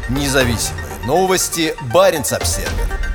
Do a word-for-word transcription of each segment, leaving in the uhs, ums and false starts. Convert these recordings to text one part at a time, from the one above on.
Независимые новости. Баренц-Обсервер.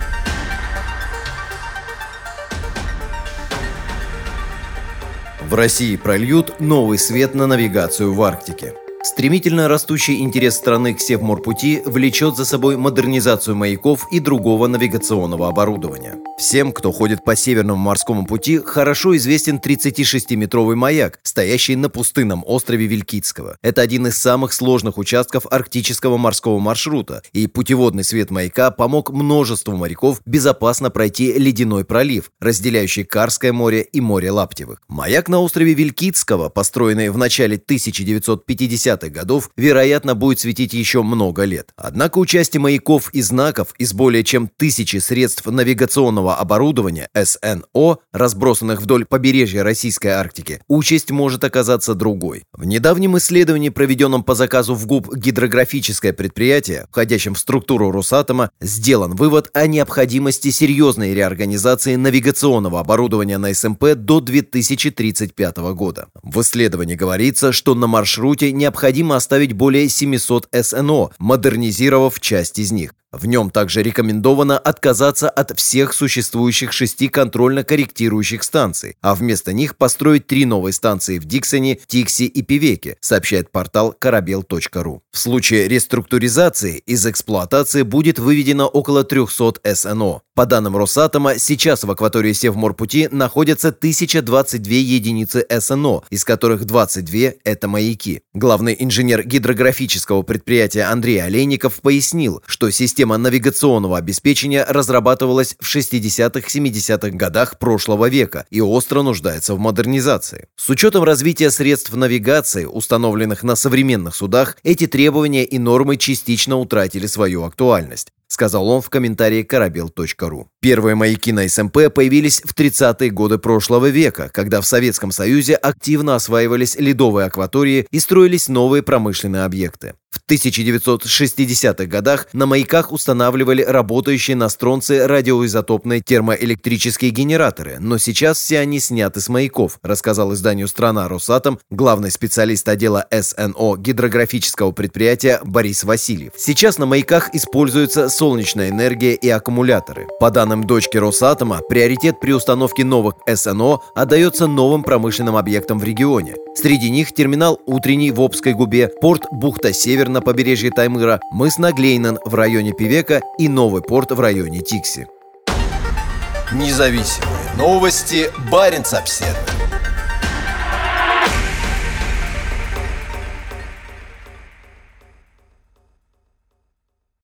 В России прольют новый свет на навигацию в Арктике. Стремительно растущий интерес страны к Севморпути влечет за собой модернизацию маяков и другого навигационного оборудования. Всем, кто ходит по Северному морскому пути, хорошо известен тридцатишестиметровый маяк, стоящий на пустынном острове Вилькицкого. Это один из самых сложных участков арктического морского маршрута, и путеводный свет маяка помог множеству моряков безопасно пройти ледяной пролив, разделяющий Карское море и море Лаптевых. Маяк на острове Вилькицкого, построенный в начале тысяча девятьсот пятидесятых годов, вероятно, будет светить еще много лет. Однако участие маяков и знаков из более чем тысячи средств навигационного оборудования эс эн о, разбросанных вдоль побережья Российской Арктики, участь может оказаться другой. В недавнем исследовании, проведенном по заказу в ГУП «Гидрографическое предприятие», входящем в структуру Росатома, сделан вывод о необходимости серьезной реорганизации навигационного оборудования на эс эм пэ до две тысячи тридцать пятого года. В исследовании говорится, что на маршруте необходимо Необходимо оставить более семисот эс эн о, модернизировав часть из них. В нем также рекомендовано отказаться от всех существующих шести контрольно-корректирующих станций, а вместо них построить три новые станции в Диксоне, Тикси и Певеке, сообщает портал корабел точка ру. В случае реструктуризации из эксплуатации будет выведено около трехсот эс эн о. По данным Росатома, сейчас в акватории Севморпути находятся тысяча двадцать две единицы эс эн о, из которых двадцать две – это маяки. Главный инженер гидрографического предприятия Андрей Олейников пояснил, что система навигационного обеспечения разрабатывалась в шестидесятых-семидесятых годах прошлого века и остро нуждается в модернизации. С учетом развития средств навигации, установленных на современных судах, эти требования и нормы частично утратили свою актуальность, сказал он в комментарии корабел точка ру. Первые маяки на эс эм пэ появились в тридцатые годы прошлого века, когда в Советском Союзе активно осваивались ледовые акватории и строились новые промышленные объекты. В тысяча девятьсот шестидесятых годах на маяках устанавливали работающие на стронце радиоизотопные термоэлектрические генераторы, но сейчас все они сняты с маяков, рассказал изданию «Страна» Росатом главный специалист отдела эс эн о гидрографического предприятия Борис Васильев. Сейчас на маяках используется солнечная энергия и аккумуляторы. По данным дочки Росатома, приоритет при установке новых эс эн о отдается новым промышленным объектам в регионе. Среди них терминал «Утренний» в Обской губе, порт «Бухта-Север» на побережье Таймыра, мыс Наглейнен в районе Певека и новый порт в районе Тикси. Независимые новости. Баренц-Обсервер.